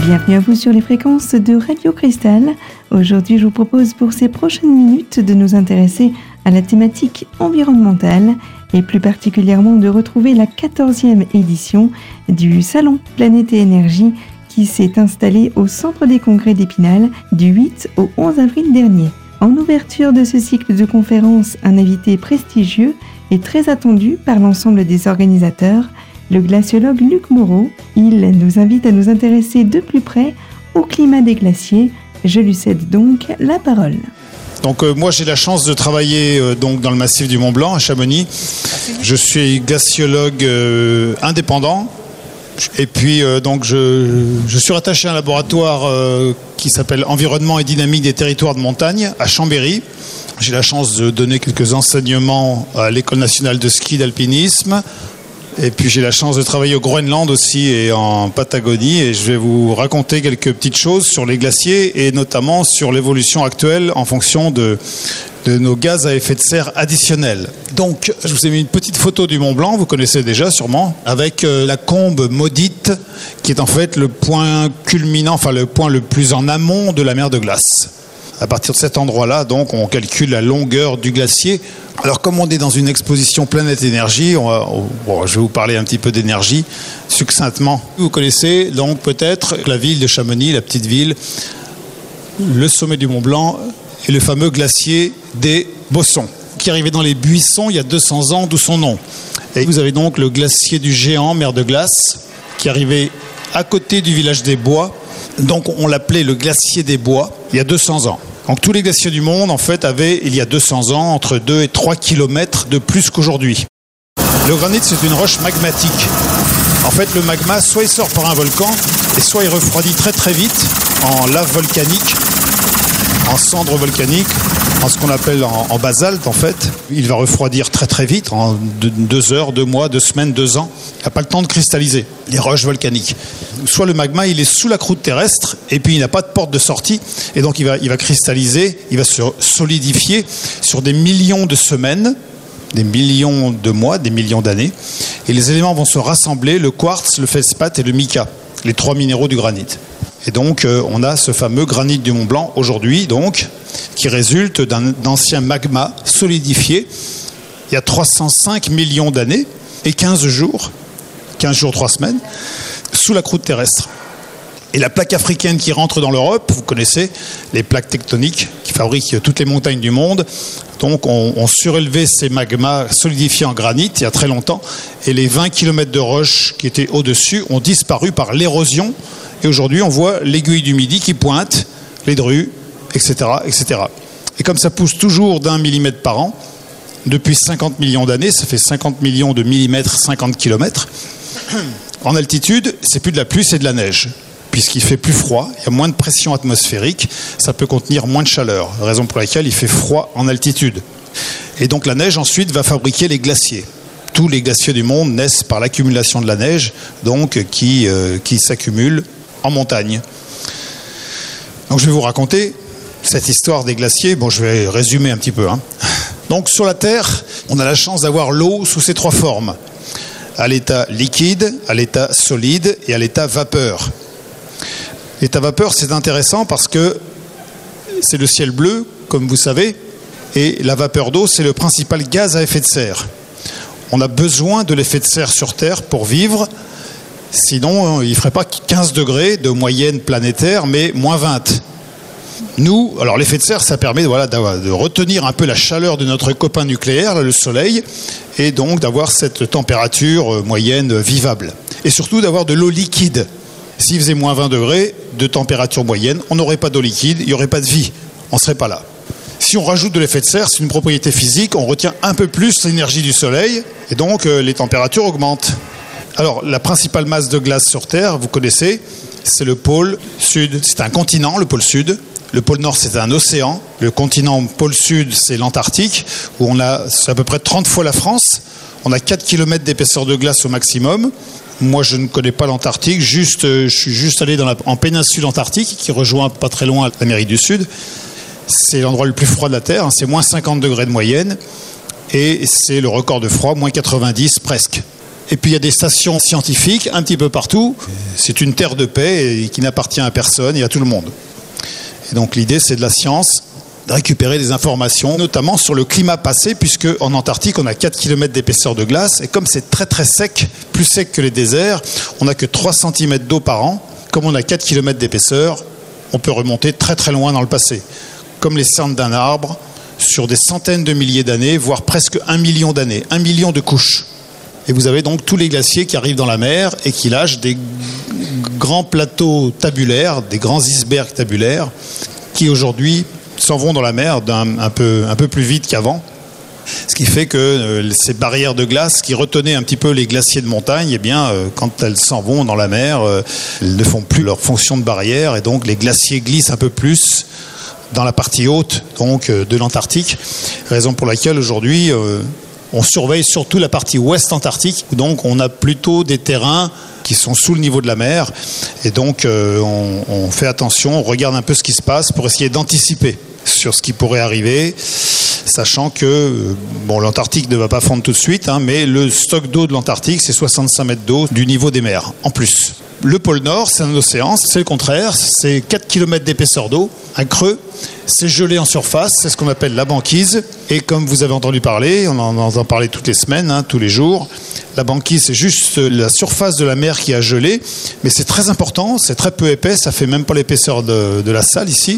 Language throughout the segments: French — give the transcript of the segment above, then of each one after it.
Bienvenue à vous sur les fréquences de Radio Cristal. Aujourd'hui, je vous propose pour ces prochaines minutes de nous intéresser à la thématique environnementale et plus particulièrement de retrouver la 14e édition du Salon Planète et Énergie qui s'est installé au Centre des Congrès d'Épinal du 8 au 11 avril dernier. En ouverture de ce cycle de conférences, un invité prestigieux et très attendu par l'ensemble des organisateurs, le glaciologue Luc Moreau. Il nous invite à nous intéresser de plus près au climat des glaciers. Je lui cède donc la parole. Donc moi j'ai la chance de travailler donc dans le massif du Mont Blanc à Chamonix. Je suis glaciologue indépendant et puis donc je suis rattaché à un laboratoire qui s'appelle Environnement et dynamique des territoires de montagne à Chambéry. J'ai la chance de donner quelques enseignements à l'École nationale de ski d'alpinisme. Et puis j'ai la chance de travailler au Groenland aussi et en Patagonie, et je vais vous raconter quelques petites choses sur les glaciers et notamment sur l'évolution actuelle en fonction de nos gaz à effet de serre additionnels. Donc je vous ai mis une petite photo du Mont Blanc, vous connaissez déjà sûrement, avec la combe maudite qui est en fait le point culminant, enfin le point le plus en amont de la mer de glace. À partir de cet endroit-là, donc, on calcule la longueur du glacier. Alors, comme on est dans une exposition Planète Énergie, je vais vous parler un petit peu d'énergie, succinctement. Vous connaissez donc peut-être la ville de Chamonix, la petite ville, le sommet du Mont Blanc et le fameux glacier des Bossons, qui arrivait dans les buissons il y a 200 ans, d'où son nom. Et vous avez donc le glacier du Géant, mer de glace, qui arrivait à côté du village des Bois. Donc on l'appelait le glacier des Bois il y a 200 ans. Donc tous les glaciers du monde en fait avaient il y a 200 ans entre 2 et 3 km de plus qu'aujourd'hui. Le granit c'est une roche magmatique. En fait le magma soit il sort par un volcan et soit il refroidit très très vite en lave volcanique, en cendres volcaniques, en ce qu'on appelle en basalte en fait. Il va refroidir très très vite, en 2 heures, 2 mois, 2 semaines, 2 ans. Il n'a pas le temps de cristalliser, les roches volcaniques. Soit le magma, il est sous la croûte terrestre, et puis il n'a pas de porte de sortie, et donc il va cristalliser, il va se solidifier sur des millions de semaines, des millions de mois, des millions d'années, et les éléments vont se rassembler, le quartz, le feldspath et le mica, les 3 minéraux du granit. Et donc on a ce fameux granit du Mont Blanc aujourd'hui, donc, qui résulte d'un ancien magma solidifié il y a 305 millions d'années et 15 jours, 3 semaines, sous la croûte terrestre. Et la plaque africaine qui rentre dans l'Europe, vous connaissez les plaques tectoniques qui fabriquent toutes les montagnes du monde. Donc on surélevé ces magmas solidifiés en granit il y a très longtemps, et les 20 km de roches qui étaient au-dessus ont disparu par l'érosion. Et aujourd'hui, on voit l'aiguille du Midi qui pointe, les drues, etc., etc. Et comme ça pousse toujours d'1 millimètre par an, depuis 50 millions d'années, ça fait 50 millions de millimètres, 50 kilomètres. En altitude, c'est plus de la pluie, c'est de la neige. Puisqu'il fait plus froid, il y a moins de pression atmosphérique, ça peut contenir moins de chaleur, raison pour laquelle il fait froid en altitude. Et donc la neige ensuite va fabriquer les glaciers. Tous les glaciers du monde naissent par l'accumulation de la neige, donc qui s'accumule en montagne. Donc je vais vous raconter cette histoire des glaciers. Bon, je vais résumer un petit peu. Donc sur la Terre, on a la chance d'avoir l'eau sous ses 3 formes. À l'état liquide, à l'état solide et à l'état vapeur. L'état vapeur, c'est intéressant parce que c'est le ciel bleu, comme vous savez, et la vapeur d'eau, c'est le principal gaz à effet de serre. On a besoin de l'effet de serre sur Terre pour vivre, sinon il ne ferait pas 15 degrés de moyenne planétaire, mais moins 20. Nous, alors l'effet de serre, ça permet de retenir un peu la chaleur de notre copain nucléaire, le Soleil, et donc d'avoir cette température moyenne vivable. Et surtout d'avoir de l'eau liquide. S'il faisait moins 20 degrés de température moyenne, on n'aurait pas d'eau liquide, il n'y aurait pas de vie, on ne serait pas là. Si on rajoute de l'effet de serre, c'est une propriété physique, on retient un peu plus l'énergie du Soleil, et donc les températures augmentent. Alors, la principale masse de glace sur Terre, vous connaissez, c'est le pôle sud. C'est un continent, le pôle sud. Le pôle nord, c'est un océan. Le continent pôle sud, c'est l'Antarctique, où c'est à peu près 30 fois la France. On a 4 km d'épaisseur de glace au maximum. Moi, je ne connais pas l'Antarctique. Je suis juste allé en péninsule antarctique, qui rejoint pas très loin l'Amérique du Sud. C'est l'endroit le plus froid de la Terre. C'est moins 50 degrés de moyenne. Et c'est le record de froid, moins 90 presque. Et puis il y a des stations scientifiques un petit peu partout. C'est une terre de paix et qui n'appartient à personne et à tout le monde. Et donc l'idée, c'est de la science, de récupérer des informations, notamment sur le climat passé, puisque en Antarctique, on a 4 km d'épaisseur de glace. Et comme c'est très très sec, plus sec que les déserts, on n'a que 3 cm d'eau par an. Comme on a 4 km d'épaisseur, on peut remonter très très loin dans le passé. Comme les cernes d'un arbre, sur des centaines de milliers d'années, voire presque 1 million d'années, 1 million de couches. Et vous avez donc tous les glaciers qui arrivent dans la mer et qui lâchent des grands plateaux tabulaires, des grands icebergs tabulaires, qui aujourd'hui s'en vont dans la mer un peu plus vite qu'avant. Ce qui fait que ces barrières de glace qui retenaient un petit peu les glaciers de montagne, eh bien, quand elles s'en vont dans la mer, elles ne font plus leur fonction de barrière et donc les glaciers glissent un peu plus dans la partie haute donc, de l'Antarctique. Raison pour laquelle aujourd'hui, on surveille surtout la partie ouest antarctique, où donc on a plutôt des terrains qui sont sous le niveau de la mer. Et donc on fait attention, on regarde un peu ce qui se passe pour essayer d'anticiper sur ce qui pourrait arriver, sachant que l'Antarctique ne va pas fondre tout de suite, mais le stock d'eau de l'Antarctique, c'est 65 mètres d'eau du niveau des mers, en plus. Le pôle Nord, c'est un océan, c'est le contraire, c'est 4 km d'épaisseur d'eau, un creux, c'est gelé en surface, c'est ce qu'on appelle la banquise. Et comme vous avez entendu parler, on en entend parler toutes les semaines, tous les jours, la banquise, c'est juste la surface de la mer qui a gelé, mais c'est très important, c'est très peu épais, ça fait même pas l'épaisseur de la salle ici.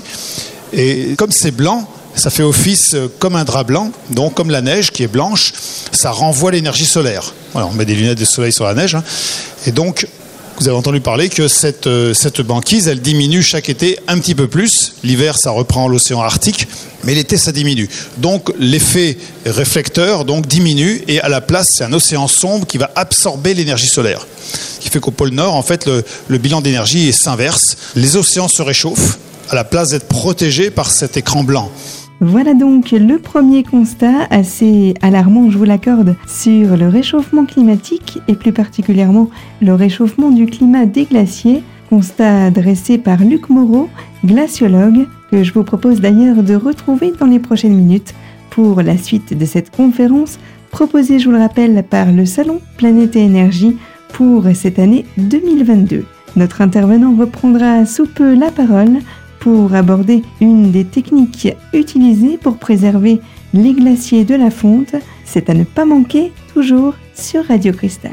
Et comme c'est blanc, ça fait office comme un drap blanc, donc comme la neige qui est blanche, ça renvoie l'énergie solaire. Voilà, on met des lunettes de soleil sur la neige, et donc vous avez entendu parler que cette banquise, elle diminue chaque été un petit peu plus. L'hiver, ça reprend l'océan Arctique, mais l'été, ça diminue. Donc l'effet réflecteur diminue, et à la place, c'est un océan sombre qui va absorber l'énergie solaire. Ce qui fait qu'au pôle Nord, en fait, le bilan d'énergie s'inverse. Les océans se réchauffent à la place d'être protégés par cet écran blanc. Voilà donc le premier constat, assez alarmant, je vous l'accorde, sur le réchauffement climatique et plus particulièrement le réchauffement du climat des glaciers. Constat dressé par Luc Moreau, glaciologue, que je vous propose d'ailleurs de retrouver dans les prochaines minutes pour la suite de cette conférence proposée, je vous le rappelle, par le Salon Planète et Énergie pour cette année 2022. Notre intervenant reprendra sous peu la parole pour aborder une des techniques utilisées pour préserver les glaciers de la fonte. C'est à ne pas manquer, toujours sur Radio Cristal.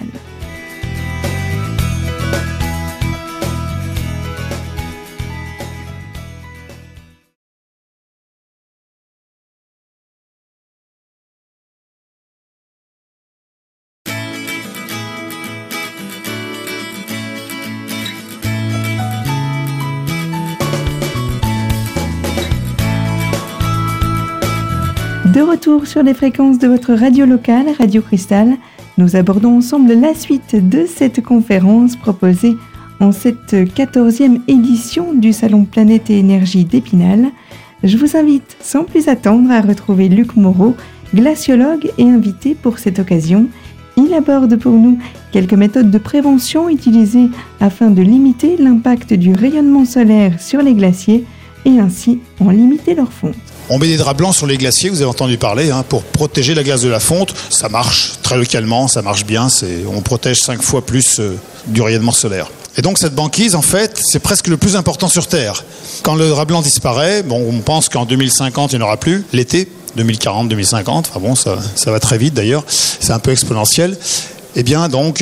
De retour sur les fréquences de votre radio locale, Radio Cristal, nous abordons ensemble la suite de cette conférence proposée en cette 14e édition du Salon Planète et Énergie d'Épinal. Je vous invite sans plus attendre à retrouver Luc Moreau, glaciologue et invité pour cette occasion. Il aborde pour nous quelques méthodes de prévention utilisées afin de limiter l'impact du rayonnement solaire sur les glaciers et ainsi en limiter leur fonte. On met des draps blancs sur les glaciers, vous avez entendu parler, pour protéger la glace de la fonte. Ça marche très localement, ça marche bien. On protège 5 fois plus du rayonnement solaire. Et donc cette banquise, en fait, c'est presque le plus important sur Terre. Quand le drap blanc disparaît, on pense qu'en 2050, il n'y en aura plus. L'été, 2040, 2050, ça va très vite d'ailleurs, c'est un peu exponentiel. Eh bien, donc,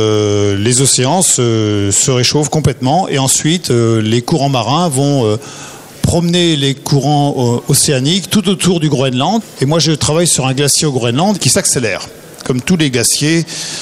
les océans se réchauffent complètement et ensuite, les courants marins vont promener les courants océaniques tout autour du Groenland. Et moi, je travaille sur un glacier au Groenland qui s'accélère, comme tous les glaciers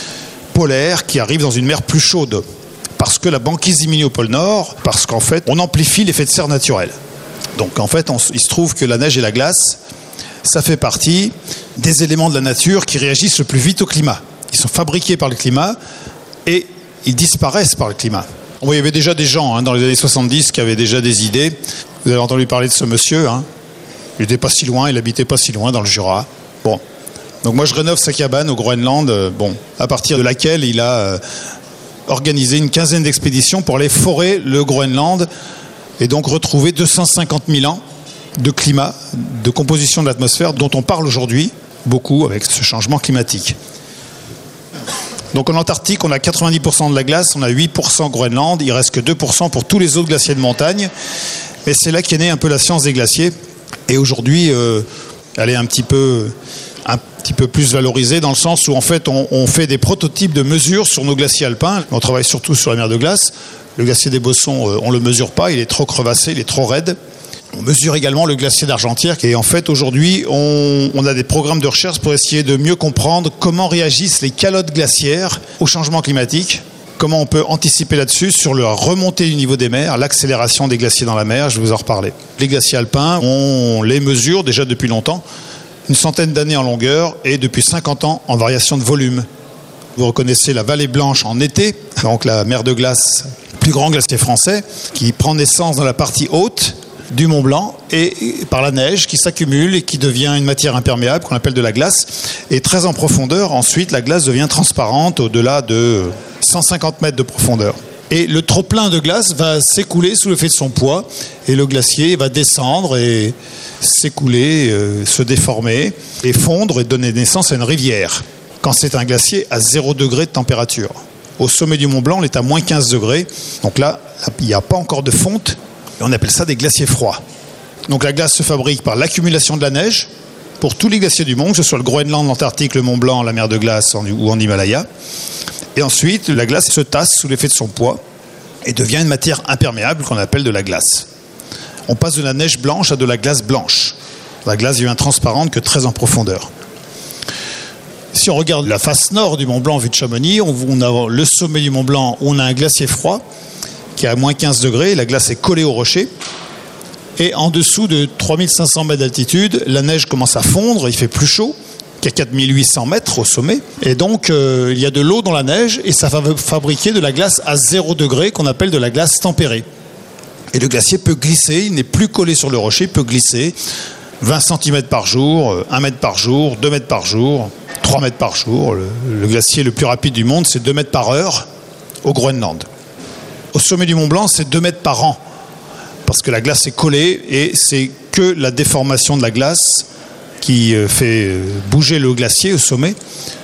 polaires qui arrivent dans une mer plus chaude. Parce que la banquise diminue au pôle Nord, parce qu'en fait, on amplifie l'effet de serre naturel. Donc, en fait, il se trouve que la neige et la glace, ça fait partie des éléments de la nature qui réagissent le plus vite au climat. Ils sont fabriqués par le climat et ils disparaissent par le climat. Il y avait déjà des gens dans les années 70 qui avaient déjà des idées. Vous avez entendu parler de ce monsieur. Il n'était pas si loin, il habitait pas si loin dans le Jura. Bon. Donc moi je rénove sa cabane au Groenland, à partir de laquelle il a organisé une quinzaine d'expéditions pour aller forer le Groenland et donc retrouver 250 000 ans de climat, de composition de l'atmosphère dont on parle aujourd'hui beaucoup avec ce changement climatique. Donc en Antarctique, on a 90% de la glace, on a 8% Groenland, il reste que 2% pour tous les autres glaciers de montagne. Et c'est là qu'est née un peu la science des glaciers. Et aujourd'hui, elle est un petit peu plus valorisée dans le sens où en fait on fait des prototypes de mesures sur nos glaciers alpins. On travaille surtout sur la mer de glace. Le glacier des Bossons, on ne le mesure pas, il est trop crevassé, il est trop raide. On mesure également le glacier d'Argentière. Et en fait, aujourd'hui, on a des programmes de recherche pour essayer de mieux comprendre comment réagissent les calottes glaciaires au changement climatique. Comment on peut anticiper là-dessus sur la remontée du niveau des mers, l'accélération des glaciers dans la mer, je vais vous en reparler. Les glaciers alpins, on les mesure déjà depuis longtemps, une centaine d'années en longueur et depuis 50 ans en variation de volume. Vous reconnaissez la vallée Blanche en été, donc la mer de glace, le plus grand glacier français, qui prend naissance dans la partie haute du Mont Blanc et par la neige qui s'accumule et qui devient une matière imperméable qu'on appelle de la glace. Et très en profondeur, ensuite, la glace devient transparente au-delà de 150 mètres de profondeur. Et le trop-plein de glace va s'écouler sous l'effet de son poids et le glacier va descendre et s'écouler, se déformer et fondre et donner naissance à une rivière. Quand c'est un glacier à 0 degré de température. Au sommet du Mont Blanc, on est à moins 15 degrés. Donc là, il n'y a pas encore de fonte. On appelle ça des glaciers froids. Donc la glace se fabrique par l'accumulation de la neige pour tous les glaciers du monde, que ce soit le Groenland, l'Antarctique, le Mont Blanc, la mer de glace ou en Himalaya. Et ensuite, la glace se tasse sous l'effet de son poids et devient une matière imperméable qu'on appelle de la glace. On passe de la neige blanche à de la glace blanche. La glace devient transparente que très en profondeur. Si on regarde la face nord du Mont Blanc vue de Chamonix, on a le sommet du Mont Blanc où on a un glacier froid qui est à moins 15 degrés, la glace est collée au rocher. Et en dessous de 3500 mètres d'altitude, la neige commence à fondre, il fait plus chaud qu'à 4800 mètres au sommet. Et donc, il y a de l'eau dans la neige et ça va fabriquer de la glace à 0 degré qu'on appelle de la glace tempérée. Et le glacier peut glisser, il n'est plus collé sur le rocher, il peut glisser 20 cm par jour, 1 mètre par jour, 2 mètres par jour, 3 mètres par jour. Le glacier le plus rapide du monde, c'est 2 mètres par heure au Groenland. Au sommet du Mont Blanc, c'est 2 mètres par an, parce que la glace est collée et c'est que la déformation de la glace qui fait bouger le glacier au sommet.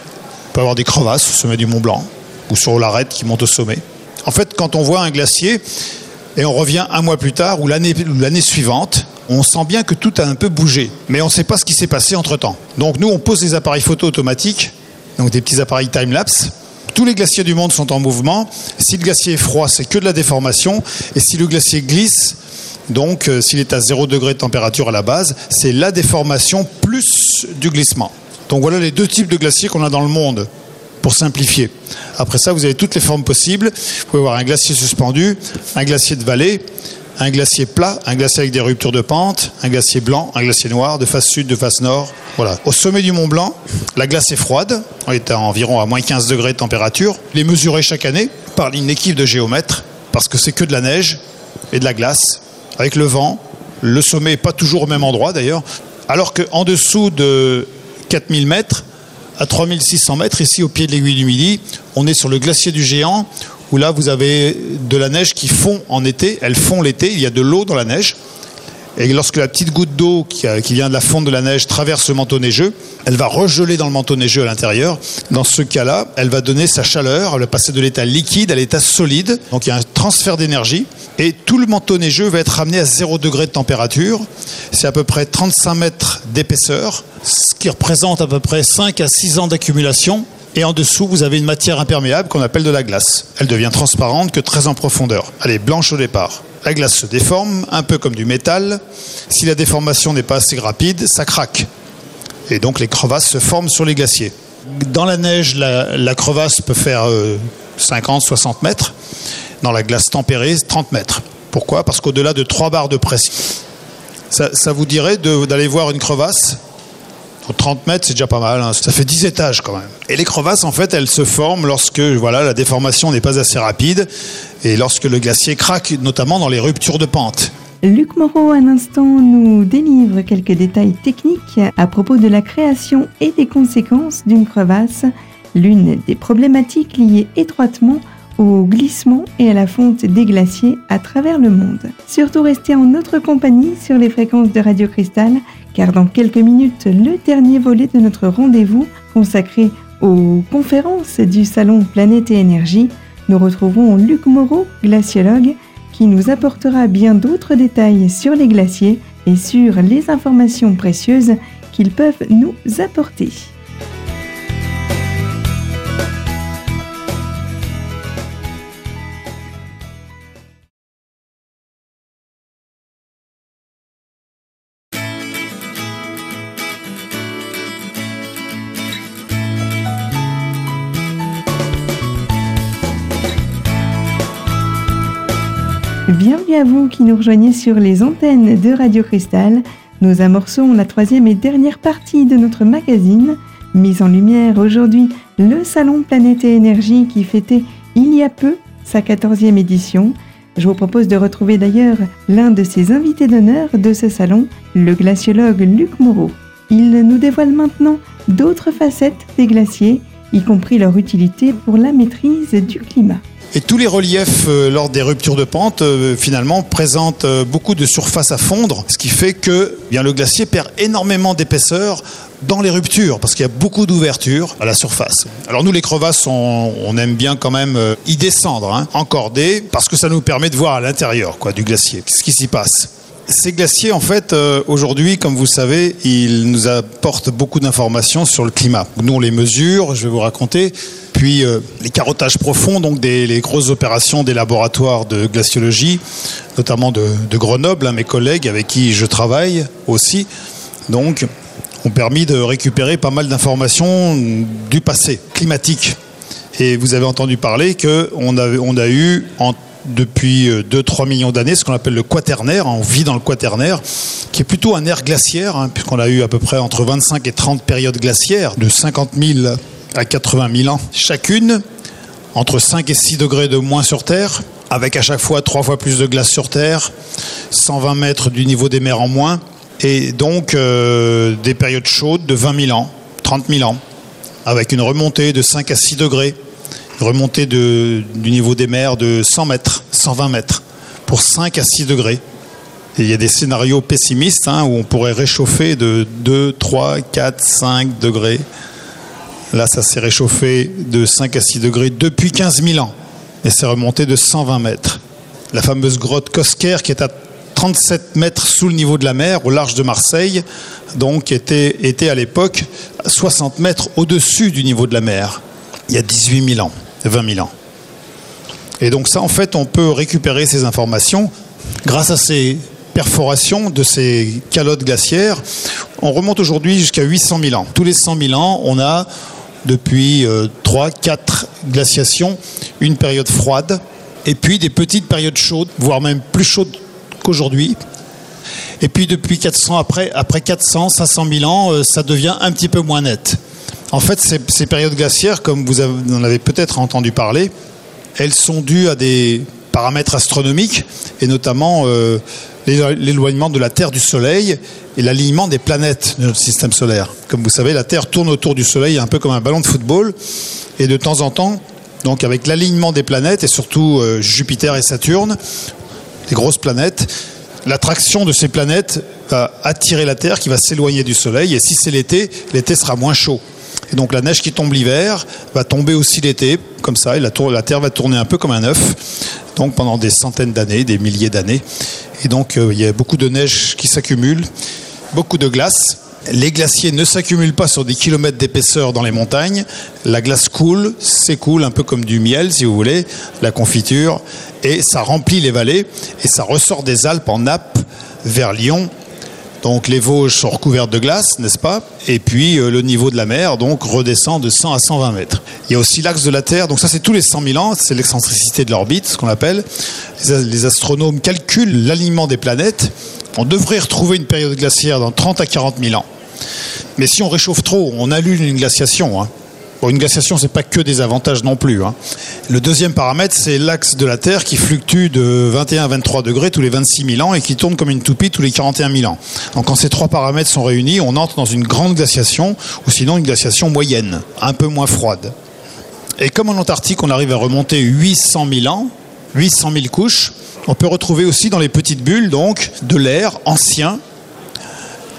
On peut avoir des crevasses au sommet du Mont Blanc ou sur l'arête qui monte au sommet. En fait, quand on voit un glacier et on revient un mois plus tard ou l'année suivante, on sent bien que tout a un peu bougé, mais on ne sait pas ce qui s'est passé entre-temps. Donc nous, on pose des appareils photo automatiques, donc des petits appareils time-lapse. Tous les glaciers du monde sont en mouvement. Si le glacier est froid, c'est que de la déformation. Et si le glacier glisse, donc s'il est à 0 degré de température à la base, c'est la déformation plus du glissement. Donc voilà les deux types de glaciers qu'on a dans le monde, pour simplifier. Après ça, vous avez toutes les formes possibles. Vous pouvez avoir un glacier suspendu, un glacier de vallée, un glacier plat, un glacier avec des ruptures de pente, un glacier blanc, un glacier noir, de face sud, de face nord. Voilà. Au sommet du Mont Blanc, la glace est froide, on est environ à moins 15 degrés de température. Elle est mesurée chaque année par une équipe de géomètres, parce que c'est que de la neige et de la glace, avec le vent. Le sommet n'est pas toujours au même endroit d'ailleurs, alors qu'en dessous de 4000 mètres, à 3600 mètres, ici au pied de l'aiguille du Midi, on est sur le glacier du Géant, où là vous avez de la neige qui fond en été, elle fond l'été, il y a de l'eau dans la neige. Et lorsque la petite goutte d'eau qui vient de la fonte de la neige traverse le manteau neigeux, elle va regeler dans le manteau neigeux à l'intérieur. Dans ce cas-là, elle va donner sa chaleur, elle va passer de l'état liquide à l'état solide. Donc il y a un transfert d'énergie et tout le manteau neigeux va être ramené à 0 degré de température. C'est à peu près 35 mètres d'épaisseur, ce qui représente à peu près 5 à 6 ans d'accumulation. Et en dessous, vous avez une matière imperméable qu'on appelle de la glace. Elle devient transparente que très en profondeur. Elle est blanche au départ. La glace se déforme, un peu comme du métal. Si la déformation n'est pas assez rapide, ça craque. Et donc les crevasses se forment sur les glaciers. Dans la neige, la crevasse peut faire 50, 60 mètres. Dans la glace tempérée, 30 mètres. Pourquoi ? Parce qu'au-delà de 3 barres de pression, ça vous dirait d'aller voir une crevasse ? 30 mètres, c'est déjà pas mal, hein. Ça fait 10 étages quand même. Et les crevasses, en fait, elles se forment lorsque la déformation n'est pas assez rapide et lorsque le glacier craque, notamment dans les ruptures de pente. Luc Moreau, un instant, nous délivre quelques détails techniques à propos de la création et des conséquences d'une crevasse, l'une des problématiques liées étroitement au glissement et à la fonte des glaciers à travers le monde. Surtout restez en notre compagnie sur les fréquences de Radio Cristal, car dans quelques minutes, le dernier volet de notre rendez-vous consacré Aux conférences du salon Planète et Énergie, nous retrouvons Luc Moreau, glaciologue, qui nous apportera bien d'autres détails sur les glaciers et sur les informations précieuses qu'ils peuvent nous apporter. Bienvenue à vous qui nous rejoignez sur les antennes de Radio Cristal. Nous amorçons la troisième et dernière partie de notre magazine. Mise en lumière aujourd'hui, le salon Planète et Énergie qui fêtait il y a peu sa 14e édition. Je vous propose de retrouver d'ailleurs l'un de ses invités d'honneur de ce salon, le glaciologue Luc Moreau. Il nous dévoile maintenant d'autres facettes des glaciers, y compris leur utilité pour la maîtrise du climat. Et tous les reliefs lors des ruptures de pente finalement présentent beaucoup de surface à fondre, ce qui fait que le glacier perd énormément d'épaisseur dans les ruptures, parce qu'il y a beaucoup d'ouvertures à la surface. Alors nous les crevasses, on aime bien quand même y descendre, encorder, parce que ça nous permet de voir à l'intérieur du glacier, ce qui s'y passe. Ces glaciers, en fait, aujourd'hui, comme vous le savez, ils nous apportent beaucoup d'informations sur le climat. Nous, on les mesure, je vais vous raconter. Puis, les carottages profonds, donc les grosses opérations des laboratoires de glaciologie, notamment de Grenoble, mes collègues avec qui je travaille aussi, donc, ont permis de récupérer pas mal d'informations du passé climatique. Et vous avez entendu parler qu'on a eu depuis 2-3 millions d'années, ce qu'on appelle le quaternaire, on vit dans le quaternaire, qui est plutôt un ère glaciaire, puisqu'on a eu à peu près entre 25 et 30 périodes glaciaires, de 50 000 à 80 000 ans chacune, entre 5 et 6 degrés de moins sur Terre, avec à chaque fois 3 fois plus de glace sur Terre, 120 mètres du niveau des mers en moins, et donc des périodes chaudes de 20 000 ans, 30 000 ans, avec une remontée de 5 à 6 degrés, remontée du niveau des mers de 100 mètres, 120 mètres, pour 5 à 6 degrés. Et il y a des scénarios pessimistes où on pourrait réchauffer de 2, 3, 4, 5 degrés. Là, ça s'est réchauffé de 5 à 6 degrés depuis 15 000 ans. Et c'est remonté de 120 mètres. La fameuse grotte Cosquer, qui est à 37 mètres sous le niveau de la mer, au large de Marseille, donc était à l'époque 60 mètres au-dessus du niveau de la mer. Il y a 18 000 ans. 20 000 ans. Et donc ça, en fait, on peut récupérer ces informations grâce à ces perforations de ces calottes glaciaires. On remonte aujourd'hui jusqu'à 800 000 ans. Tous les 100 000 ans, on a, depuis 3-4 glaciations, une période froide, et puis des petites périodes chaudes, voire même plus chaudes qu'aujourd'hui. Et puis depuis 400, après 400, 500 000 ans, ça devient un petit peu moins net. En fait, ces périodes glaciaires, comme vous en avez peut-être entendu parler, elles sont dues à des paramètres astronomiques, et notamment l'éloignement de la Terre du Soleil et l'alignement des planètes de notre système solaire. Comme vous savez, la Terre tourne autour du Soleil un peu comme un ballon de football, et de temps en temps, donc avec l'alignement des planètes, et surtout Jupiter et Saturne, les grosses planètes, l'attraction de ces planètes va attirer la Terre qui va s'éloigner du Soleil, et si c'est l'été sera moins chaud. Et donc la neige qui tombe l'hiver va tomber aussi l'été, comme ça, et la Terre va tourner un peu comme un œuf, donc pendant des centaines d'années, des milliers d'années. Et donc il y a beaucoup de neige qui s'accumule, beaucoup de glace. Les glaciers ne s'accumulent pas sur des kilomètres d'épaisseur dans les montagnes. La glace coule, s'écoule un peu comme du miel, si vous voulez, la confiture, et ça remplit les vallées, et ça ressort des Alpes en nappe vers Lyon. Donc les Vosges sont recouvertes de glace, n'est-ce pas? Et puis le niveau de la mer donc redescend de 100 à 120 mètres. Il y a aussi l'axe de la Terre, donc ça c'est tous les 100 000 ans, c'est l'excentricité de l'orbite, ce qu'on appelle. Les astronomes calculent l'alignement des planètes. On devrait retrouver une période glaciaire dans 30 à 40 000 ans. Mais si on réchauffe trop, on annule une glaciation. Bon, une glaciation, c'est pas que des avantages non plus. Le deuxième paramètre, c'est l'axe de la Terre qui fluctue de 21 à 23 degrés tous les 26 000 ans et qui tourne comme une toupie tous les 41 000 ans. Donc quand ces trois paramètres sont réunis, on entre dans une grande glaciation, ou sinon une glaciation moyenne, un peu moins froide. Et comme en Antarctique, on arrive à remonter 800 000 ans, 800 000 couches, on peut retrouver aussi dans les petites bulles donc, de l'air ancien,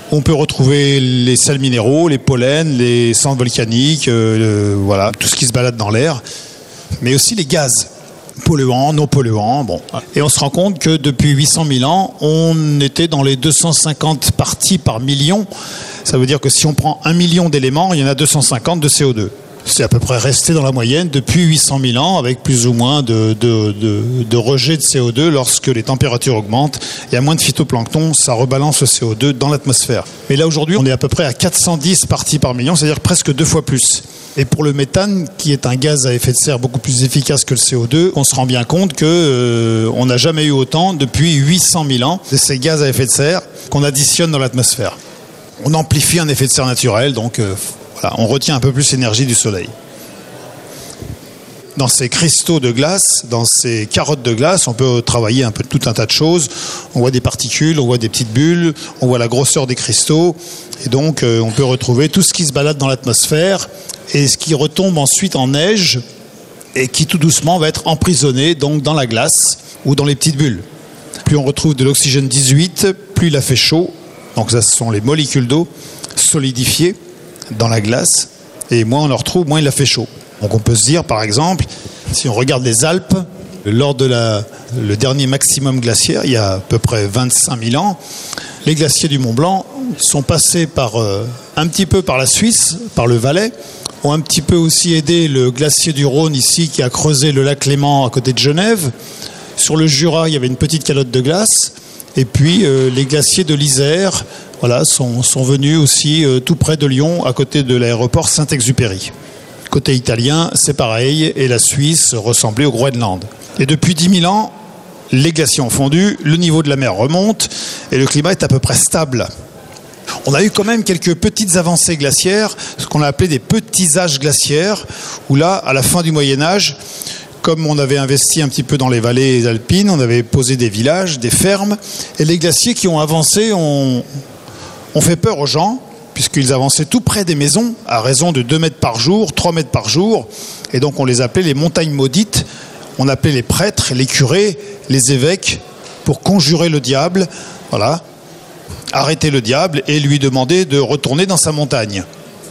On peut retrouver les sels minéraux, les pollens, les cendres volcaniques, voilà, tout ce qui se balade dans l'air, mais aussi les gaz, polluants, non polluants. Bon. Et on se rend compte que depuis 800 000 ans, on était dans les 250 parties par million. Ça veut dire que si on prend 1 million d'éléments, il y en a 250 de CO2. C'est à peu près resté dans la moyenne depuis 800 000 ans, avec plus ou moins de rejet de CO2 lorsque les températures augmentent. Il y a moins de phytoplancton, ça rebalance le CO2 dans l'atmosphère. Mais là, aujourd'hui, on est à peu près à 410 parties par million, c'est-à-dire presque 2 fois plus. Et pour le méthane, qui est un gaz à effet de serre beaucoup plus efficace que le CO2, on se rend bien compte qu'on n'a jamais eu autant depuis 800 000 ans de ces gaz à effet de serre qu'on additionne dans l'atmosphère. On amplifie un effet de serre naturel, donc... Voilà, on retient un peu plus l'énergie du soleil. Dans ces cristaux de glace, dans ces carottes de glace, on peut travailler un peu tout un tas de choses. On voit des particules, on voit des petites bulles, on voit la grosseur des cristaux. Et donc, on peut retrouver tout ce qui se balade dans l'atmosphère et ce qui retombe ensuite en neige et qui tout doucement va être emprisonné donc, dans la glace ou dans les petites bulles. Plus on retrouve de l'oxygène 18, plus il a fait chaud. Donc, ça, ce sont les molécules d'eau solidifiées dans la glace, et moins on en retrouve, moins il a fait chaud. Donc on peut se dire, par exemple, si on regarde les Alpes, lors de le dernier maximum glaciaire, il y a à peu près 25 000 ans, les glaciers du Mont Blanc sont passés un petit peu par la Suisse, par le Valais, ont un petit peu aussi aidé le glacier du Rhône ici, qui a creusé le lac Léman à côté de Genève. Sur le Jura, il y avait une petite calotte de glace, et puis les glaciers de l'Isère, voilà, sont venus aussi tout près de Lyon, à côté de l'aéroport Saint-Exupéry. Côté italien, c'est pareil, et la Suisse ressemblait au Groenland. Et depuis 10 000 ans, les glaciers ont fondu, le niveau de la mer remonte, et le climat est à peu près stable. On a eu quand même quelques petites avancées glaciaires, ce qu'on a appelé des petits âges glaciaires, où là, à la fin du Moyen-Âge, comme on avait investi un petit peu dans les vallées alpines, on avait posé des villages, des fermes, et les glaciers qui ont avancé ont fait peur aux gens, puisqu'ils avançaient tout près des maisons, à raison de 2 mètres par jour, 3 mètres par jour, et donc on les appelait les montagnes maudites. On appelait les prêtres, les curés, les évêques, pour conjurer le diable, voilà, arrêter le diable et lui demander de retourner dans sa montagne.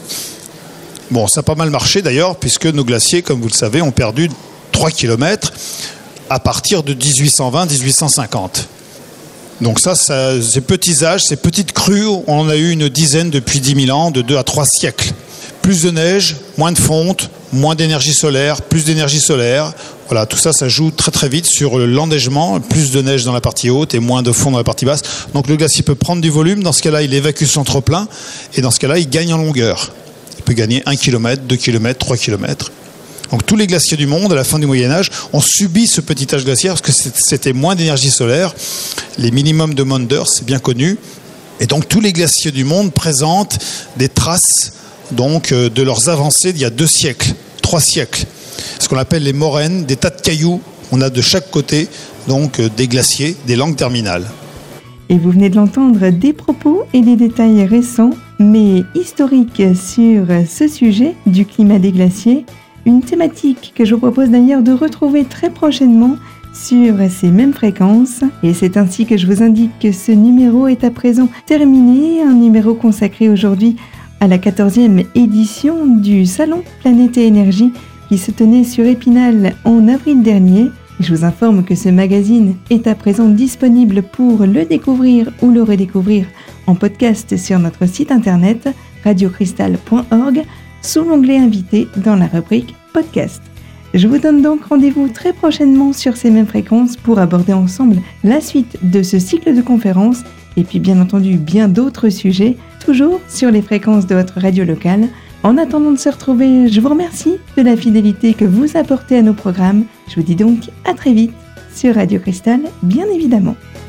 Bon, ça a pas mal marché d'ailleurs, puisque nos glaciers, comme vous le savez, ont perdu 3 km à partir de 1820-1850. Donc ça, ces petits âges, ces petites crues, on en a eu une dizaine depuis 10 000 ans, de 2 à 3 siècles. Plus de neige, moins de fonte, moins d'énergie solaire, plus d'énergie solaire. Voilà, tout ça, ça joue très très vite sur l'enneigement, plus de neige dans la partie haute et moins de fond dans la partie basse. Donc le glacier peut prendre du volume, dans ce cas-là, il évacue son trop-plein, et dans ce cas-là, il gagne en longueur. Il peut gagner 1 km, 2 km, 3 km. Donc tous les glaciers du monde, à la fin du Moyen-Âge, ont subi ce petit âge glaciaire parce que c'était moins d'énergie solaire. Les minimums de Maunder, c'est bien connu. Et donc tous les glaciers du monde présentent des traces donc, de leurs avancées d'il y a 2 siècles, 3 siècles. Ce qu'on appelle les moraines, des tas de cailloux. On a de chaque côté donc, des glaciers, des langues terminales. Et vous venez de l'entendre, des propos et des détails récents, mais historiques sur ce sujet du climat des glaciers. Une thématique que je vous propose d'ailleurs de retrouver très prochainement sur ces mêmes fréquences. Et c'est ainsi que je vous indique que ce numéro est à présent terminé. Un numéro consacré aujourd'hui à la 14e édition du Salon Planète et Énergie qui se tenait sur Épinal en avril dernier. Je vous informe que ce magazine est à présent disponible pour le découvrir ou le redécouvrir en podcast sur notre site internet radiocristal.org sous l'onglet Invité dans la rubrique Podcast. Je vous donne donc rendez-vous très prochainement sur ces mêmes fréquences pour aborder ensemble la suite de ce cycle de conférences et puis bien entendu bien d'autres sujets, toujours sur les fréquences de votre radio locale. En attendant de se retrouver, je vous remercie de la fidélité que vous apportez à nos programmes. Je vous dis donc à très vite sur Radio Cristal, bien évidemment.